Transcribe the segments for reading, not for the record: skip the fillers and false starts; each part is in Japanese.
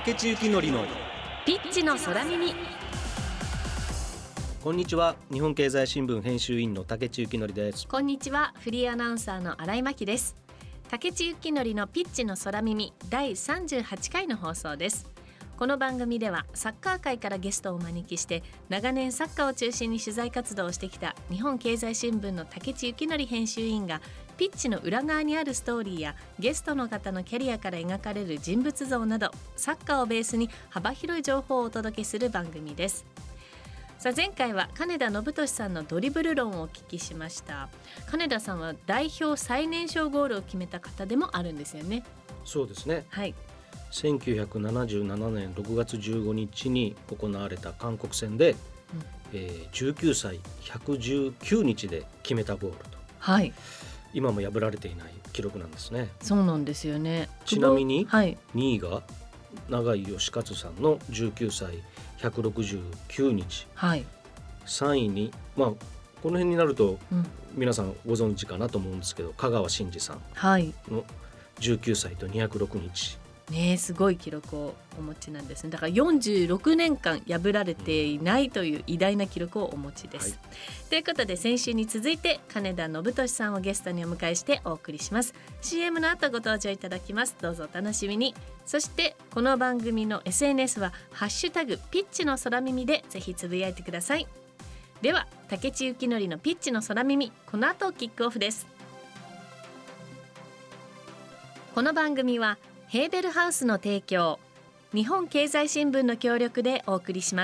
竹地幸典のピッチの空耳。 こんにちは。日本経済新聞編集員の竹地幸典です。 こんにちは。フリーアナウンサーの新井真希です。竹地幸典のピッチの空耳第38回の放送です。この番組ではサッカー界からゲストをお招きして長年サッカーを中心に取材活動をしてきた日本経済新聞の竹地幸典編集員がピッチの裏側にあるストーリーやゲストの方のキャリアから描かれる人物像などサッカーをベースに幅広い情報をお届けする番組です。さあ前回は金田信俊さんのドリブル論をお聞きしました。金田さんは代表最年少ゴールを決めた方でもあるんですよね。 そうですね、 はい、 1977年6月15日に行われた韓国戦で、19歳119日で決めたゴールと、 はい、 今も破られていない記録なんですね。 そうなんですよね。 ちなみにはい、 2位が永井義勝さんの19歳169日、 はい、 3位に、この辺になるとうん、 皆さんご存知かなと思うんですけど、香川真司さんはい、 の19歳と206日ね、すごい記録をお持ちなんですね。だから46年間破られていないという偉大な記録をお持ちです、ということで先週に続いて金田信俊さんをゲストにお迎えしてお送りします。 CM の後ご登場いただきます。どうぞお楽しみに。そしてこの番組の SNS はハッシュタグピッチの空耳でぜひつぶやいてください。では竹地幸典のピッチの空耳、この後キックオフです。この番組はヘーベルハウスの提供、日本経済新聞の協力でお送りします。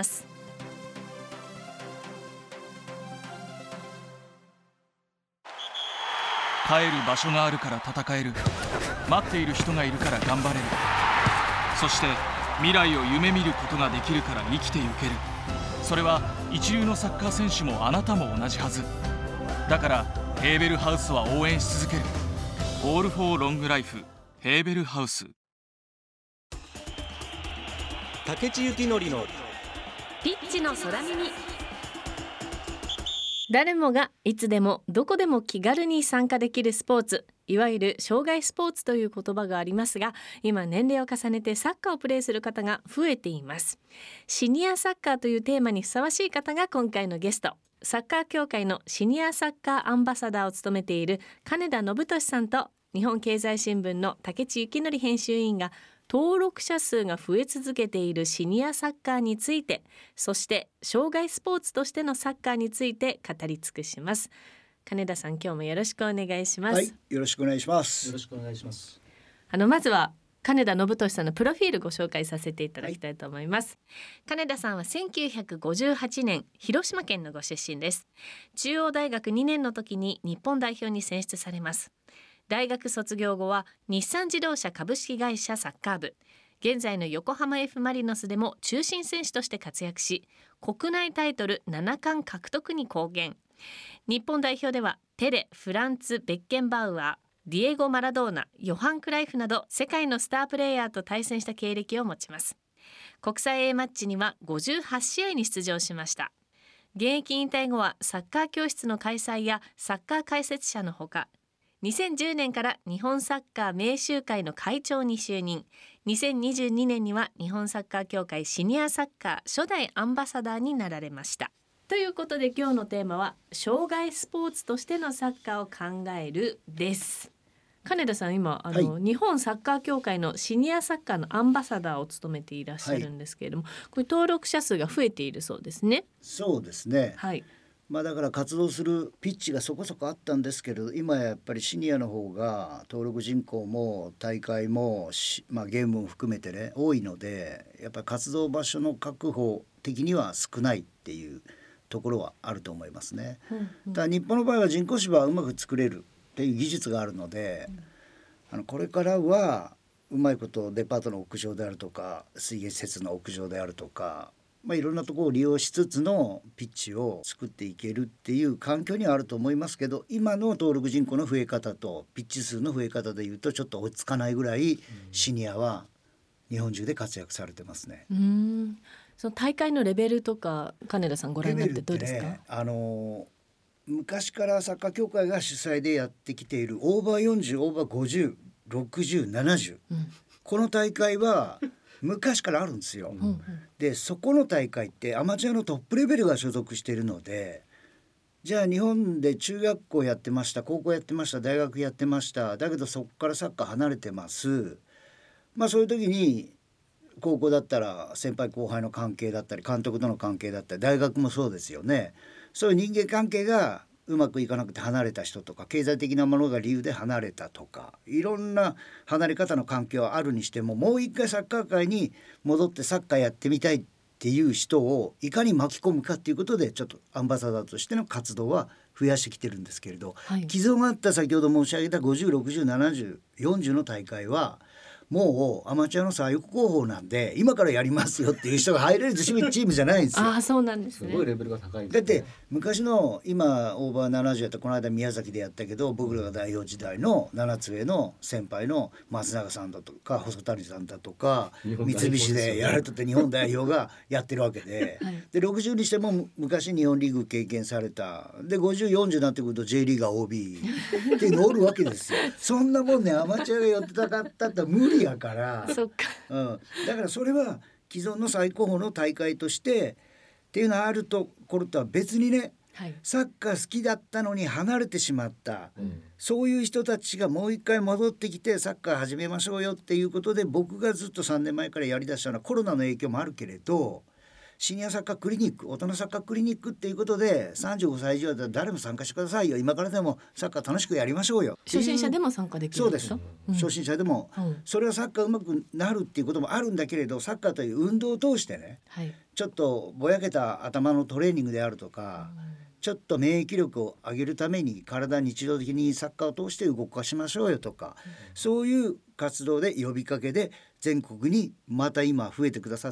帰る場所があるから戦える、待っている人がいるから頑張れる、そして未来を夢見ることができるから生きてゆける。それは一流のサッカー選手もあなたも同じはずだから、ヘーベルハウスは応援し続ける。オールフォーロングライフ、ヘーベルハウス。 竹地幸典のピッチの空耳。誰もがいつでもどこでも気軽に参加できるスポーツ、いわゆる障害スポーツという言葉がありますが、今年齢を重ねてサッカーをプレーする方が増えています。シニアサッカーというテーマにふさわしい方が今回のゲスト、サッカー協会のシニアサッカーアンバサダーを務めている金田信俊さんと、日本経済新聞の竹地幸典編集員が登録者数が増え続けているシニアサッカーについて、そして障害スポーツとしてのサッカーについて語り尽くします。金田さん、今日もよろしくお願いします。 はい、よろしくお願いします。 よろしくお願いします。 まずは金田信俊さんのプロフィールご紹介させていただきたいと思います、金田さんは1958年広島県のご出身です。中央大学2年の時に日本代表に選出されます。大学卒業後は日産自動車株式会社サッカー部、現在の横浜 F マリノスでも中心選手として活躍し、国内タイトル7冠獲得に貢献。日本代表ではペレ、フランツ・ベッケンバウアー、ディエゴ・マラドーナ、ヨハン・クライフなど世界のスタープレーヤーと対戦した経歴を持ちます。国際 A マッチには58試合に出場しました。現役引退後はサッカー教室の開催やサッカー解説者のほか、2010年から日本サッカー名秀会の会長に就任。2022年には日本サッカー協会シニアサッカー初代アンバサダーになられました。ということで今日のテーマは障害スポーツとしてのサッカーを考えるです。金田さん、今日本サッカー協会のシニアサッカーのアンバサダーを務めていらっしゃるんですけれども、これ登録者数が増えているそうですね。 そうですね、 はい、 だから活動するピッチがそこそこあったんですけど、今やっぱりシニアの方が登録人口も大会もゲームも含めてね多いので、やっぱり活動場所の確保的には少ないっていうところはあると思いますね、ただ日本の場合は人工芝はうまく作れるっていう技術があるので、これからはうまいことデパートの屋上であるとか水泳施設の屋上であるとか、いろんなところを利用しつつのピッチを作っていけるっていう環境にはあると思いますけど、今の登録人口の増え方とピッチ数の増え方でいうとちょっと追いつかないぐらいシニアは日本中で活躍されてますね。 その大会のレベルとか金田さんご覧になってどうですか？ 昔からサッカー協会が主催でやってきているオーバー40、オーバー50、60、70、この大会は昔からあるんですよ。 うんでそこの大会ってアマチュアのトップレベルが所属しているので、じゃあ日本で中学校やってました、高校やってました、大学やってました、だけどそこからサッカー離れてます。そういう時に高校だったら先輩後輩の関係だったり、監督との関係だったり、大学もそうですよね。そういう人間関係がうまくいかなくて離れた人とか、経済的なものが理由で離れたとか、いろんな離れ方の関係はあるにしても、もう一回サッカー界に戻ってサッカーやってみたいっていう人をいかに巻き込むかっていうことで、ちょっとアンバサダーとしての活動は増やしてきてるんですけれど、 はい、 既存があった先ほど申し上げた50、60、70、40の大会はもうアマチュアの最高峰なんで、今からやりますよっていう人が入れるチームじゃないんですよ。 あ、そうなんですね。 すごいレベルが高いんです、ね、 だって昔の今オーバー70やった、この間宮崎でやったけど、僕らが代表時代の7つ上の先輩の松永さんだとか細谷さんだとか、三菱でやられてて日本代表がやってるわけで、 はい、 で60にしても昔日本リーグ経験された、で50、40になってくると J リーガー OB っていうのおるわけですよ。そんなもんね、アマチュアが寄ってたかったって無理やからそっか、 だからそれは既存の最高峰の大会としてっていうのはあるところとは別にね、 はい、 サッカー好きだったのに離れてしまった、そういう人たちがもう一回戻ってきてサッカー始めましょうよっていうことで、僕がずっと3年前からやりだしたのはコロナの影響もあるけれど、シニアサッカークリニック、大人サッカークリニックっていうことで、35歳以上だったら誰も参加してくださいよ、今からでもサッカー楽しくやりましょうよ。 初心者でも参加できるんですか？ そうです、初心者でも、それはサッカーうまくなるっていうこともあるんだけれど、サッカーという運動を通してね、 はい、 ちょっとぼやけた頭のトレーニングであるとか、ちょっと免疫力を上げるために体日常的にサッカーを通して動かしましょうよとか、そういう活動で呼びかけで全国にまた今増えてくださって、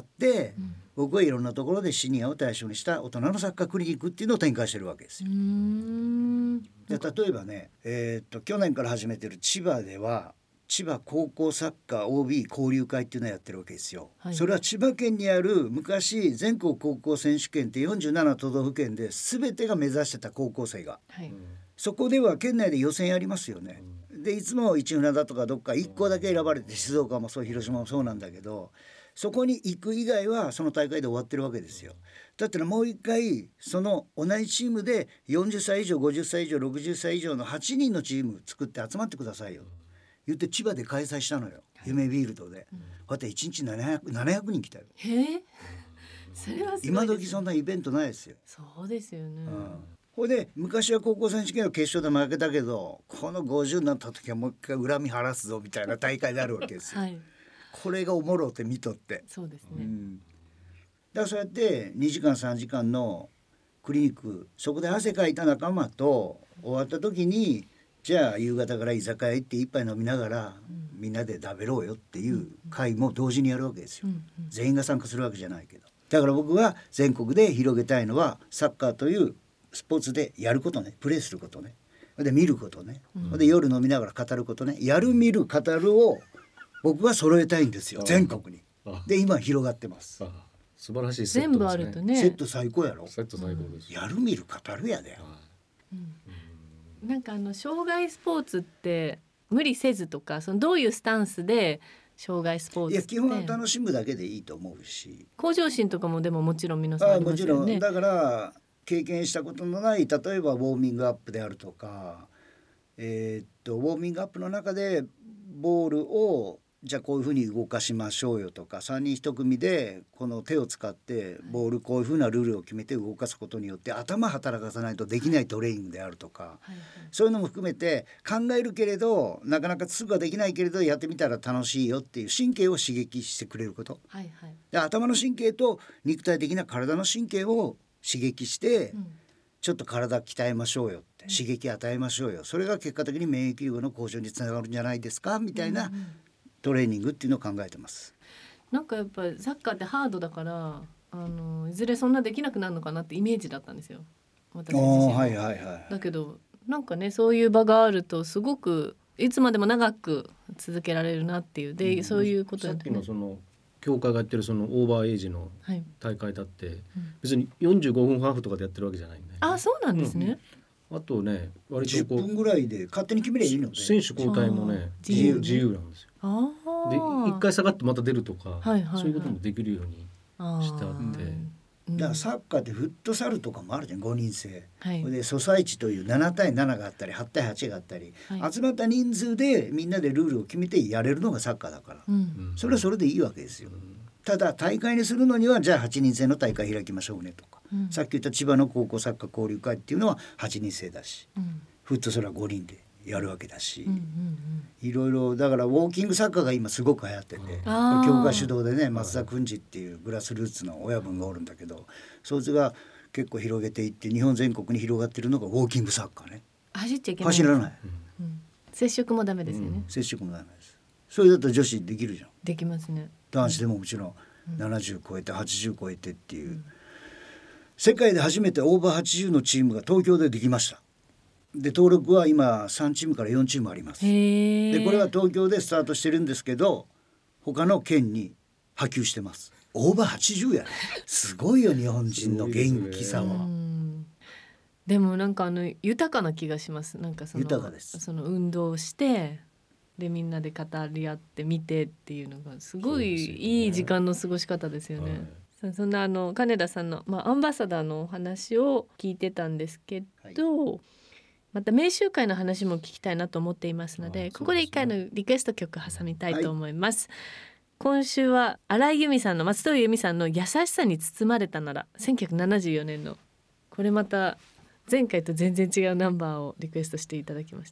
僕はいろんなところでシニアを対象にした大人のサッカークリニックっていうのを展開してるわけですよ。で例えばね、去年から始めてる千葉では千葉高校サッカー OB 交流会っていうのをやってるわけですよ、はい、それは千葉県にある昔全国高校選手権って47都道府県で全てが目指してた高校生が、はい、そこでは県内で予選やりますよね。でいつも市船だとかどっか1校だけ選ばれて、静岡もそう広島もそうなんだけど、そこに行く以外はその大会で終わってるわけですよ。だったらもう一回その同じチームで40歳以上50歳以上60歳以上の8人のチーム作って集まってくださいよ言って千葉で開催したのよ、夢ビールドで。こうやって1日700人来たよ。 それはすごいですね。 今時そんなイベントないですよ。 そうですよね、 これで昔は高校選手権の決勝で負けたけど、この50になった時はもう一回恨み晴らすぞみたいな大会であるわけですよ、はい、これがおもろって見とって。 そうですね、 だからそうやって2時間3時間のクリニック、そこで汗かいた仲間と終わった時に、じゃあ夕方から居酒屋行って一杯飲みながら、みんなで食べろよっていう会も同時にやるわけですよ、全員が参加するわけじゃないけど。だから僕は全国で広げたいのはサッカーというスポーツでやることね、プレーすることね、で見ることね、で夜飲みながら語ることね、やる見る語るを僕は揃えたいんですよ、全国に。で今広がってます。 素晴らしいセットですね。 全部あるとね、 セット最高やろ。 セット最高です、 やる見る語るやで、 なんか障害スポーツって無理せずとか、そのどういうスタンスで障害スポーツって、 いや基本は楽しむだけでいいと思うし、 向上心とかもでももちろん皆さんありますよね。 もちろんだから経験したことのない、例えばウォーミングアップであるとか、ウォーミングアップの中でボールをじゃあこういうふうに動かしましょうよとか、3人1組でこの手を使ってボールこういうふうなルールを決めて動かすことによって頭働かさないとできないトレーニングであるとか、そういうのも含めて考えるけれどなかなかすぐはできないけれどやってみたら楽しいよっていう神経を刺激してくれること、で頭の神経と肉体的な体の神経を刺激して、ちょっと体鍛えましょうよって、刺激与えましょうよ、それが結果的に免疫力の向上につながるんじゃないですかみたいなトレーニングっていうのを考えてます。 なんかやっぱりサッカーってハードだから、いずれそんなできなくなるのかなってイメージだったんですよ、私自身も。だけどなんかね、そういう場があるとすごくいつまでも長く続けられるなっていうで、そういうことだね。さっきのその協会がやってるそのオーバーエイジの大会だって、別に45分ハーフとかでやってるわけじゃないんで、 あ、そうなんですね、 あとね、割と 10分ぐらいで勝手に決めればいいので、 選手交代もね自由なんですよ。 で一回下がってまた出るとか、 はいはいはい、 そういうこともできるようにしてあって、 だからサッカーってフットサルとかもあるじゃん、5人制、 はい、 でソサイチという7対7があったり8対8があったり、 はい、 集まった人数でみんなでルールを決めてやれるのがサッカーだから、それはそれでいいわけですよ。ただ大会にするのにはじゃあ8人制の大会開きましょうねとか、さっき言った千葉の高校サッカー交流会っていうのは8人制だし、フットサルは5人でやるわけだし、いろいろだからウォーキングサッカーが今すごく流行ってて、強化主導でね、松田君治っていうグラスルーツの親分がおるんだけど、そいつが結構広げていって日本全国に広がってるのがウォーキングサッカーね。 走っちゃいけない、 走らない、 接触もダメですよね、 接触もダメです。それだと女子できるじゃん。 できますね。 男子でももちろん70超えて80超えてっていう、世界で初めてオーバー80のチームが東京でできました。で登録は今3チームから4チームあります。でこれは東京でスタートしてるんですけど、他の県に波及してます。オーバー80やね。すごいよ日本人の元気さは。 でもなんか豊かな気がします。なんか豊かです。 その運動をしてでみんなで語り合って見てっていうのがすごいいい時間の過ごし方ですよね。そんな金田さんの、アンバサダーのお話を聞いてたんですけど、また名集会の話も聞きたいなと思っていますので、ここで1回のリクエスト曲挟みたいと思います。今週は荒井由実さんの松任谷由実さんの優しさに包まれたなら、1974年のこれまた前回と全然違うナンバーをリクエストしていただきました。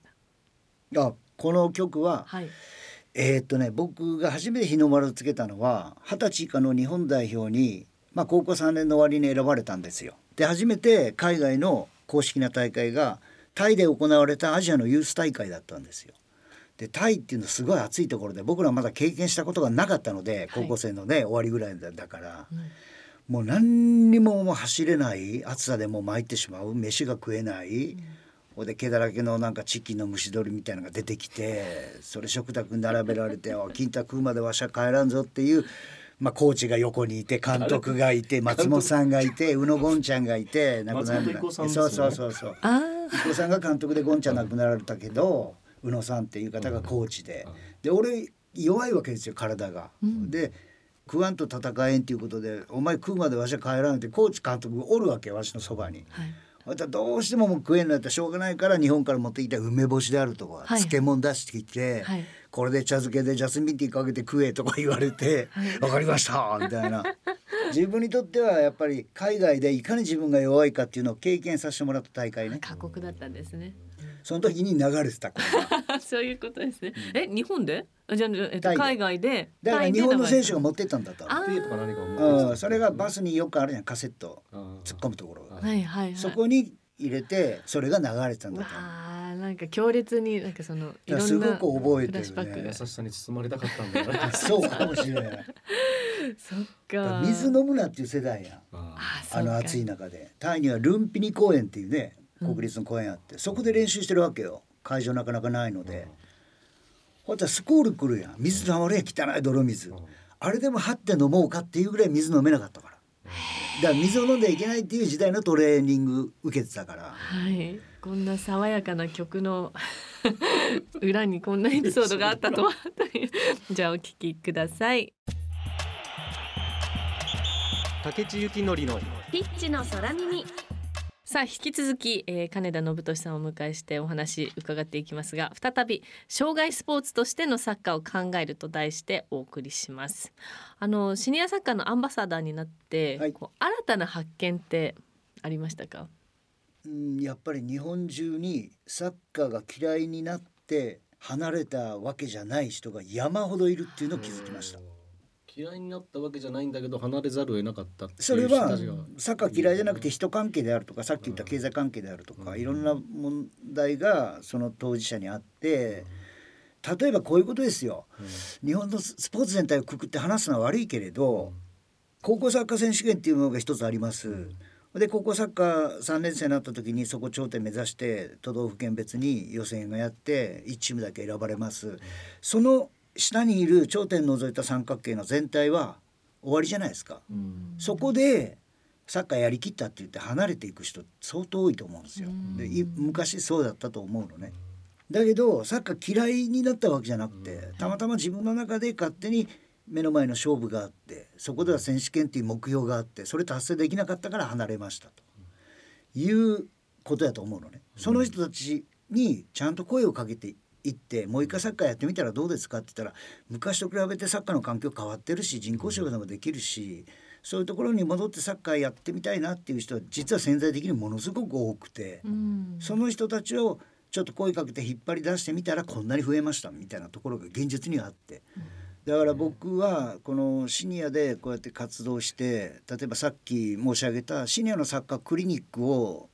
この曲は、僕が初めて日の丸をつけたのは20歳以下の日本代表に、高校3年の終わりに選ばれたんですよ。で初めて海外の公式な大会がタイで行われたアジアのユース大会だったんですよ。でタイっていうのはすごい暑いところで、僕らまだ経験したことがなかったので、高校生のね、終わりぐらいだから、もう何にも走れない、暑さでもう参ってしまう、飯が食えない、で毛だらけのなんかチキンの蒸し鶏みたいなのが出てきて、それ食卓に並べられて金太食うまでわしゃ帰らんぞっていう、コーチが横にいて、監督がいて、松本さんがいて、宇野ゴンちゃんがいて、亡くなる、そう伊藤さんが監督でゴンちゃん亡くなられたけど、宇野さんっていう方がコーチで、俺弱いわけですよ体が、で食わんと戦えんっていうことで、お前食うまでわしは帰らんってコーチ監督がおるわけ、わしのそばに。またどうしても食えんのやったらしょうがないから、日本から持ってきた梅干しであるとか、漬物出してきて、これで茶漬けでジャスミンティーかけて食えとか言われて、わかりましたみたいな。自分にとってはやっぱり海外でいかに自分が弱いかっていうのを経験させてもらった大会ね。 過酷だったんですね。 その時に流れてたこれそういうことですね。日本でじゃあ、海外でだから日本の選手が持ってったんだと。それがバスによくあるじゃん、カセット突っ込むところが、そこに入れてそれが流れてたんだと。 なんか強烈になんかそのいろんなすごく覚えてるね。 優しさに包まれたかったんだよね。 そうかもしれない。 そっか。 水飲むなっていう世代や。暑い中でタイにはルンピニ公園っていうね、国立の公園あって、そこで練習してるわけよ。会場なかなかないので、ほったらスコール来るやん、水溜まるやん、汚い泥水、あれでも張って飲もうかっていうぐらい水飲めなかったから、だから水を飲んではいけないっていう時代のトレーニング受けてたから、 こんな爽やかな曲の裏にこんなエピソードがあったとはじゃあお聞きください。 竹地幸典のピッチの空耳。さあ引き続き、金田信俊さんをお迎えしてお話伺っていきますが、再び障害スポーツとしてのサッカーを考えると題してお送りします。シニアサッカーのアンバサダーになって、新たな発見ってありましたか？ やっぱり日本中にサッカーが嫌いになって離れたわけじゃない人が山ほどいるっていうのを気づきました。 嫌いになったわけじゃないんだけど離れざるを得なかったっていう。 それはサッカー嫌いじゃなくて人関係であるとか、さっき言った経済関係であるとか、いろんな問題がその当事者にあって、例えばこういうことですよ、日本のスポーツ全体をくくって話すのは悪いけれど、高校サッカー選手権っていうのが一つあります。で高校サッカー3年生になった時にそこ頂点目指して都道府県別に予選がやって1チームだけ選ばれます。その下にいる頂点除いた三角形の全体は終わりじゃないですか。そこでサッカーやりきったって言って離れていく人相当多いと思うんですよ。で昔そうだったと思うのね。 だけどサッカー嫌いになったわけじゃなくて、たまたま自分の中で勝手に目の前の勝負があって、そこでは選手権っていう目標があって、それ達成できなかったから離れましたということやと思うのね。その人たちにちゃんと声をかけていって、もう一回サッカーやってみたらどうですかって言ったら、昔と比べてサッカーの環境変わってるし、人工芝でもできるし、そういうところに戻ってサッカーやってみたいなっていう人は実は潜在的にものすごく多くて、その人たちをちょっと声かけて引っ張り出してみたらこんなに増えましたみたいなところが現実にはあって、だから僕はこのシニアでこうやって活動して、例えばさっき申し上げたシニアのサッカークリニックを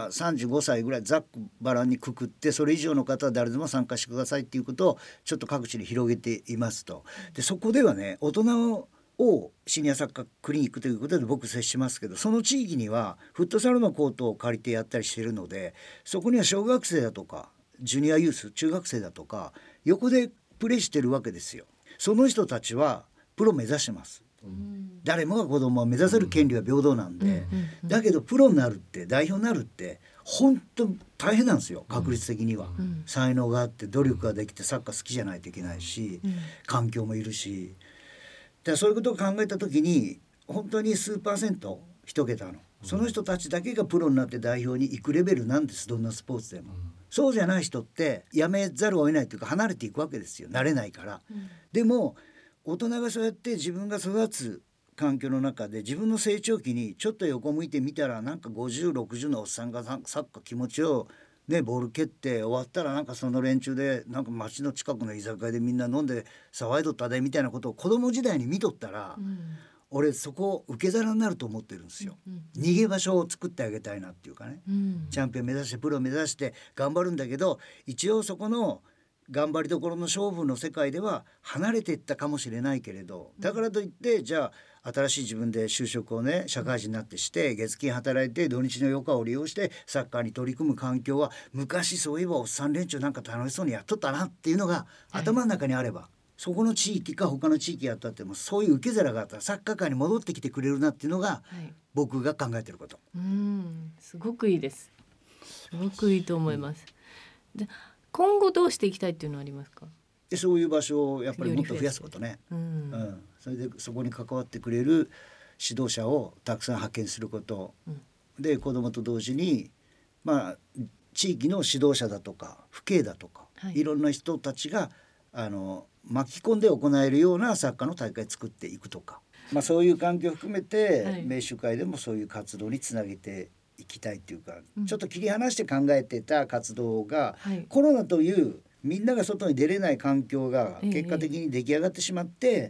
35歳ぐらいざっくばらんにくくって、それ以上の方は誰でも参加してくださいっていうことをちょっと各地に広げていますと。でそこではね、大人をシニアサッカークリニックということで僕接しますけど、その地域にはフットサルのコートを借りてやったりしているので、そこには小学生だとかジュニアユース中学生だとか横でプレーしてるわけですよ。その人たちはプロ目指してます。誰もが子供を目指せる権利は平等なんで、だけどプロになるって代表になるって本当大変なんですよ。確率的には、才能があって努力ができてサッカー好きじゃないといけないし、環境もいるし、でそういうことを考えた時に本当に数%一桁のその人たちだけがプロになって代表に行くレベルなんです。どんなスポーツでも、そうじゃない人ってやめざるを得ないというか離れていくわけですよ。慣れないから、でも大人がそうやって自分が育つ環境の中で自分の成長期にちょっと横向いてみたら、なんか50、60のおっさんがサッカー気持ちをね、ボール蹴って終わったらなんかその連中でなんか街の近くの居酒屋でみんな飲んで騒いどったでみたいなことを子供時代に見とったら、俺そこ受け皿になると思ってるんですよ。逃げ場所を作ってあげたいなっていうかね、チャンピオン目指してプロ目指して頑張るんだけど、一応そこの頑張りどころの勝負の世界では離れていったかもしれないけれど、だからといってじゃあ新しい自分で就職をね、社会人になってして月金働いて土日の余暇を利用してサッカーに取り組む環境は、昔そういえばおっさん連中なんか楽しそうにやっとったなっていうのが頭の中にあれば、そこの地域か他の地域やったってもそういう受け皿があったらサッカー界に戻ってきてくれるなっていうのが僕が考えてること。 すごくいいです。すごくいいと思います。で今後どうしていきたいっていうのはありますか？ でそういう場所をやっぱりもっと増やすことね、それでそこに関わってくれる指導者をたくさん派遣すること、で子どもと同時に、地域の指導者だとか父兄だとか、いろんな人たちが巻き込んで行えるようなサッカーの大会作っていくとか、そういう環境を含めて、名手会でもそういう活動につなげていきたいっていうか、ちょっと切り離して考えてた活動が、コロナというみんなが外に出れない環境が結果的に出来上がってしまって、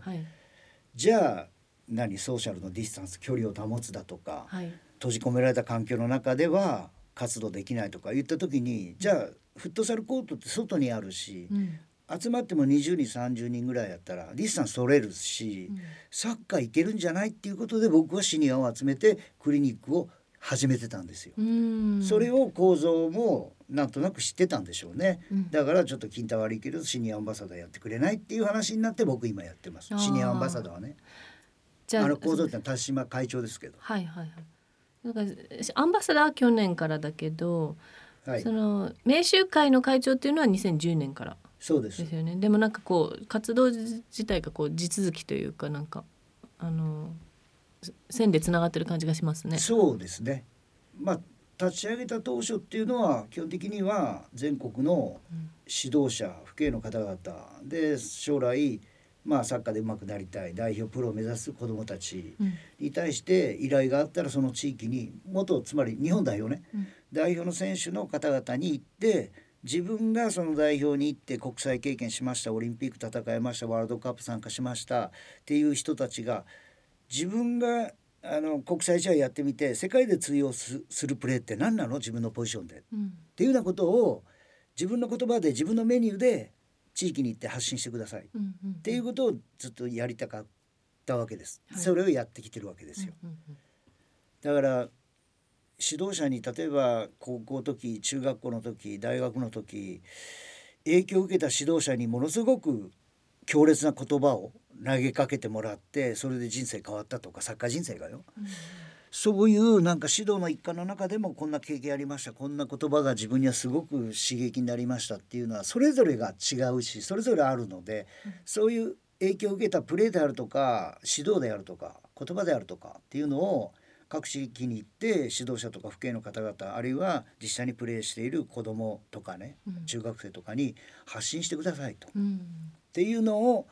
じゃあソーシャルのディスタンス距離を保つだとか、閉じ込められた環境の中では活動できないとか言った時に、じゃあフットサルコートって外にあるし、集まっても20人30人ぐらいやったらディスタンス取れるし、サッカーいけるんじゃないっていうことで僕はシニアを集めてクリニックを始めてたんですよ。それを構造もなんとなく知ってたんでしょうね、だからちょっと金太悪いけどシニアアンバサダーやってくれないっていう話になって僕今やってます。シニアアンバサダーはね、じゃあ構造ってのは田島会長ですけど、 なんかアンバサダーは去年からだけど、その名手会の会長っていうのは2010年からそうですよね。でもなんかこう活動自体がこう地続きというか、なんか線でつながってる感じがしますね。 そうですね。立ち上げた当初っていうのは基本的には全国の指導者、父兄の方々で将来サッカーで上手くなりたい代表プロを目指す子どもたちに対して依頼があったら、その地域につまり日本代表ね、代表の選手の方々に行って、自分がその代表に行って国際経験しました、オリンピック戦いました、ワールドカップ参加しましたっていう人たちが、自分が国際試合やってみて世界で通用するプレーって何なの、自分のポジションで、っていうようなことを自分の言葉で自分のメニューで地域に行って発信してください、っていうことをずっとやりたかったわけです、それをやってきてるわけですよ、だから指導者に例えば高校の時、中学校の時、大学の時影響を受けた指導者にものすごく強烈な言葉を投げかけてもらって、それで人生変わったとか、サッカー人生がよ、 そういうなんか指導の一環の中でもこんな経験ありました、こんな言葉が自分にはすごく刺激になりましたっていうのはそれぞれが違うしそれぞれあるので、そういう影響を受けたプレーであるとか指導であるとか言葉であるとかっていうのを各地域に行って指導者とか父兄の方々あるいは実際にプレーしている子どもとかね、中学生とかに発信してくださいと、っていうのを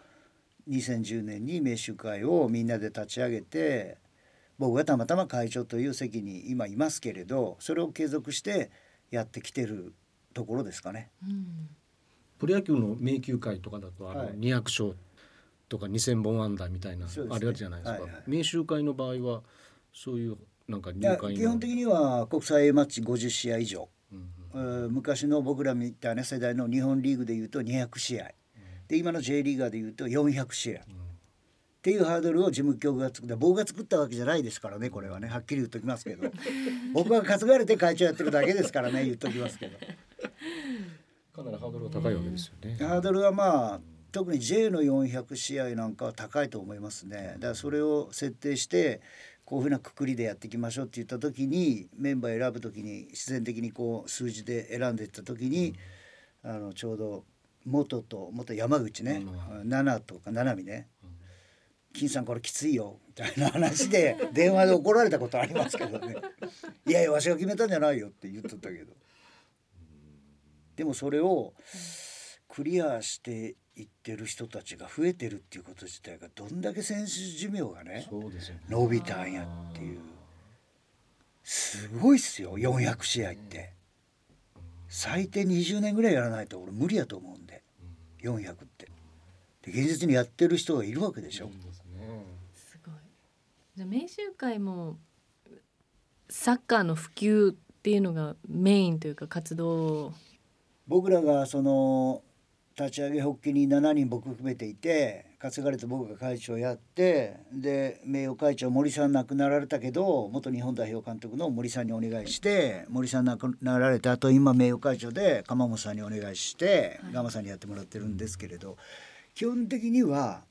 2010年に名集会をみんなで立ち上げて、僕がたまたま会長という席に今いますけれど、それを継続してやってきてるところですかね。 プロ野球の名球会とかだと200勝とか2000本安打みたいな、あれあるじゃないですか。名集会の場合はそういうなんか入会の基本的には国際 A マッチ50試合以上、昔の僕らみたいな世代の日本リーグでいうと200試合、で今の J リーガーでいうと400試合、っていうハードルを事務局が作った。僕が作ったわけじゃないですからね、これはねはっきり言っときますけど僕が担がれて会長やってるだけですからね、言っときますけどかなりハードルが高いわけですよね。 ハードルはまあ特に J の400試合なんかは高いと思いますね。だからそれを設定してこういうふうなくくりでやっていきましょうって言った時に、メンバー選ぶ時に自然的にこう数字で選んでいった時に、ちょうど元山口ね、7とか七海ね、金さんこれきついよみたいな話で電話で怒られたことありますけどねいやいやわしが決めたんじゃないよって言っとったけど、でもそれをクリアしていってる人たちが増えてるっていうこと自体がどんだけ選手寿命がね伸びたんやっていう、すごいっすよ。400試合って最低20年ぐらいやらないと俺無理やと思うんで、400ってで現実にやってる人がいるわけでしょ。 すごい。じゃあ名集会もサッカーの普及っていうのがメインというか活動、 僕らがその立ち上げ発起に7人僕含めていて、担がれて僕が会長やって、で名誉会長森さん亡くなられたけど元日本代表監督の森さんにお願いして、森さん亡くなられた後今名誉会長で鎌本さんにお願いしてガマさんにやってもらってるんですけれど、基本的には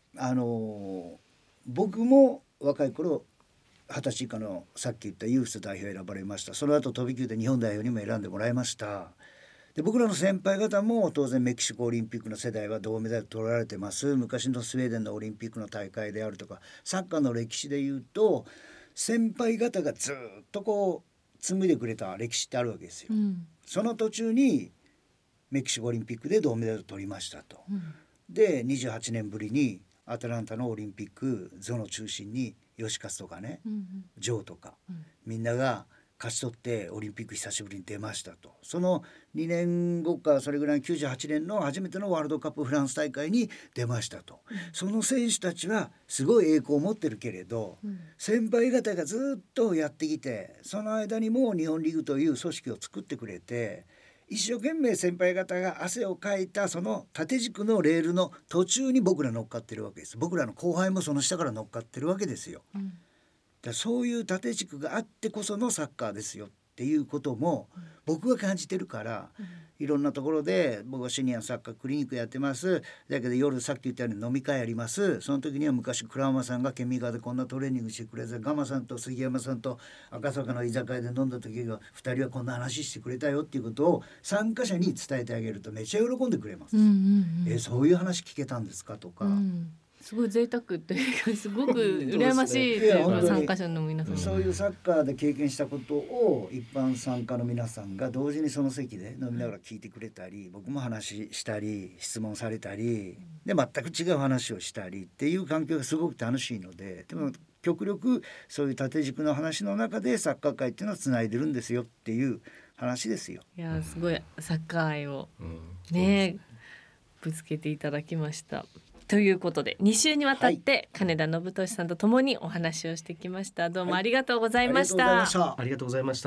僕も若い頃20歳以下のさっき言ったユース代表選ばれました。その後飛び級で日本代表にも選んでもらいました。で僕らの先輩方も当然メキシコオリンピックの世代は銅メダル取られてます。昔のスウェーデンのオリンピックの大会であるとか、サッカーの歴史でいうと先輩方がずっとこう紡いでくれた歴史ってあるわけですよ、その途中にメキシコオリンピックで銅メダル取りましたと、で28年ぶりにアトランタのオリンピックゾの中心に吉勝とかね、ジョーとか、みんなが勝ち取ってオリンピック久しぶりに出ましたと。その2年後かそれぐらいの98年の初めてのワールドカップフランス大会に出ましたと、その選手たちはすごい栄光を持ってるけれど、先輩方がずっとやってきて、その間にも日本リーグという組織を作ってくれて、一生懸命先輩方が汗をかいたその縦軸のレールの途中に僕ら乗っかってるわけです。僕らの後輩もその下から乗っかってるわけですよ、だそういう縦軸があってこそのサッカーですよっていうことも僕は感じてるから、いろんなところで僕はシニアサッカークリニックやってます。だけど夜さっき言ったように飲み会やります。その時には昔倉山さんがケミガでこんなトレーニングしてくれて、ガマさんと杉山さんと赤坂の居酒屋で飲んだ時が2人はこんな話してくれたよっていうことを参加者に伝えてあげるとめっちゃ喜んでくれます、そういう話聞けたんですかとか、 すごい贅沢というかすごく羨ましいというか、参加者の皆さん、 そういうサッカーで経験したことを一般参加の皆さんが同時にその席で飲みながら聞いてくれたり、僕も話したり質問されたりで全く違う話をしたりっていう環境がすごく楽しいので、でも極力そういう縦軸の話の中でサッカー界っていうのはつないでるんですよっていう話ですよ。 いやすごいサッカー愛をね、ぶつけていただきました。ということで2週にわたって金田信俊さんとともにお話をしてきました。どうもありがとうございました。 ありがとうございました。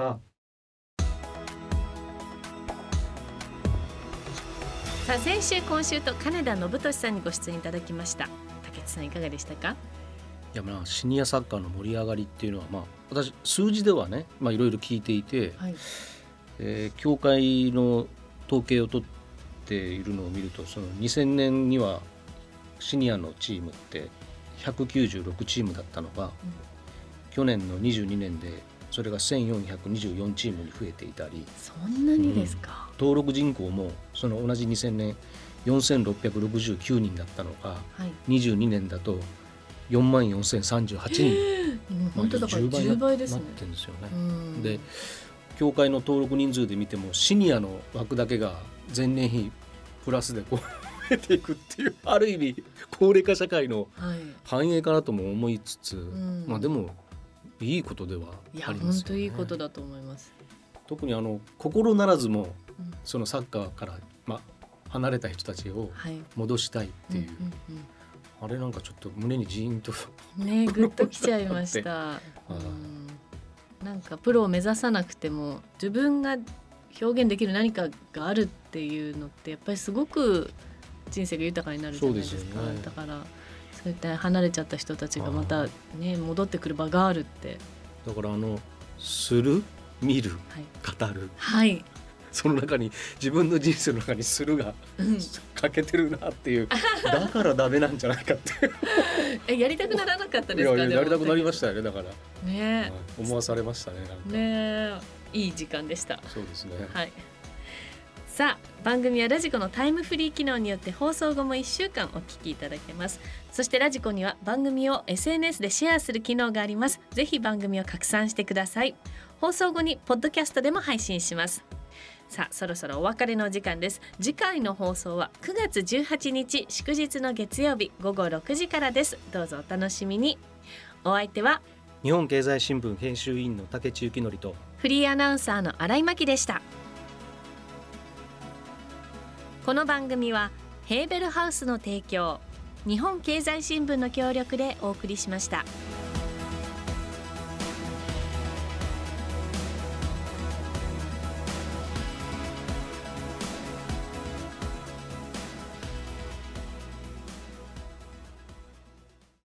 さあ先週今週と金田信俊さんにご出演いただきました。竹内さんいかがでしたか？ いやシニアサッカーの盛り上がりっていうのは私数字ではねいろいろ聞いていて、協会の統計を取っているのを見ると、その2000年にはシニアのチームって196チームだったのが、 去年の22年でそれが1424チームに増えていたり、 そんなにですか。 登録人口もその同じ2000年4669人だったのが、22年だと44,038人、 本当だから10倍ですね。 なってるんですよね。で協会の登録人数で見てもシニアの枠だけが前年比プラスでこう増えていくっていう、ある意味高齢化社会の反映かなとも思いつつ、まあでもいいことではありますよね。いや本当いいことだと思います。 特に心ならずもそのサッカーから、離れた人たちを戻したいっていう、あれなんかちょっと胸にジーンとね、グッときちゃいました。なんかプロを目指さなくても自分が表現できる何かがあるっていうのってやっぱりすごく人生が豊かになるじゃないですか。そうですよね。だからそういった離れちゃった人たちがまたね戻ってくる場があるって。 だからする見る、語る、その中に自分の人生の中にするが欠けてるなっていう、だからダメなんじゃないかってやりたくならなかったですか。 やりたくなりましたよね。だからね、 思わされましたね。なんかね、いい時間でした。 そうですね。 さあ番組はラジコのタイムフリー機能によって放送後も1週間お聞きいただけます。そしてラジコには番組を SNS でシェアする機能があります。ぜひ番組を拡散してください。放送後にポッドキャストでも配信します。さあそろそろお別れの時間です。次回の放送は9月18日祝日の月曜日午後6時からです。どうぞお楽しみに。お相手は日本経済新聞編集委員の竹地幸則とフリーアナウンサーの新井真希でした。この番組はヘーベルハウスの提供、日本経済新聞の協力でお送りしました。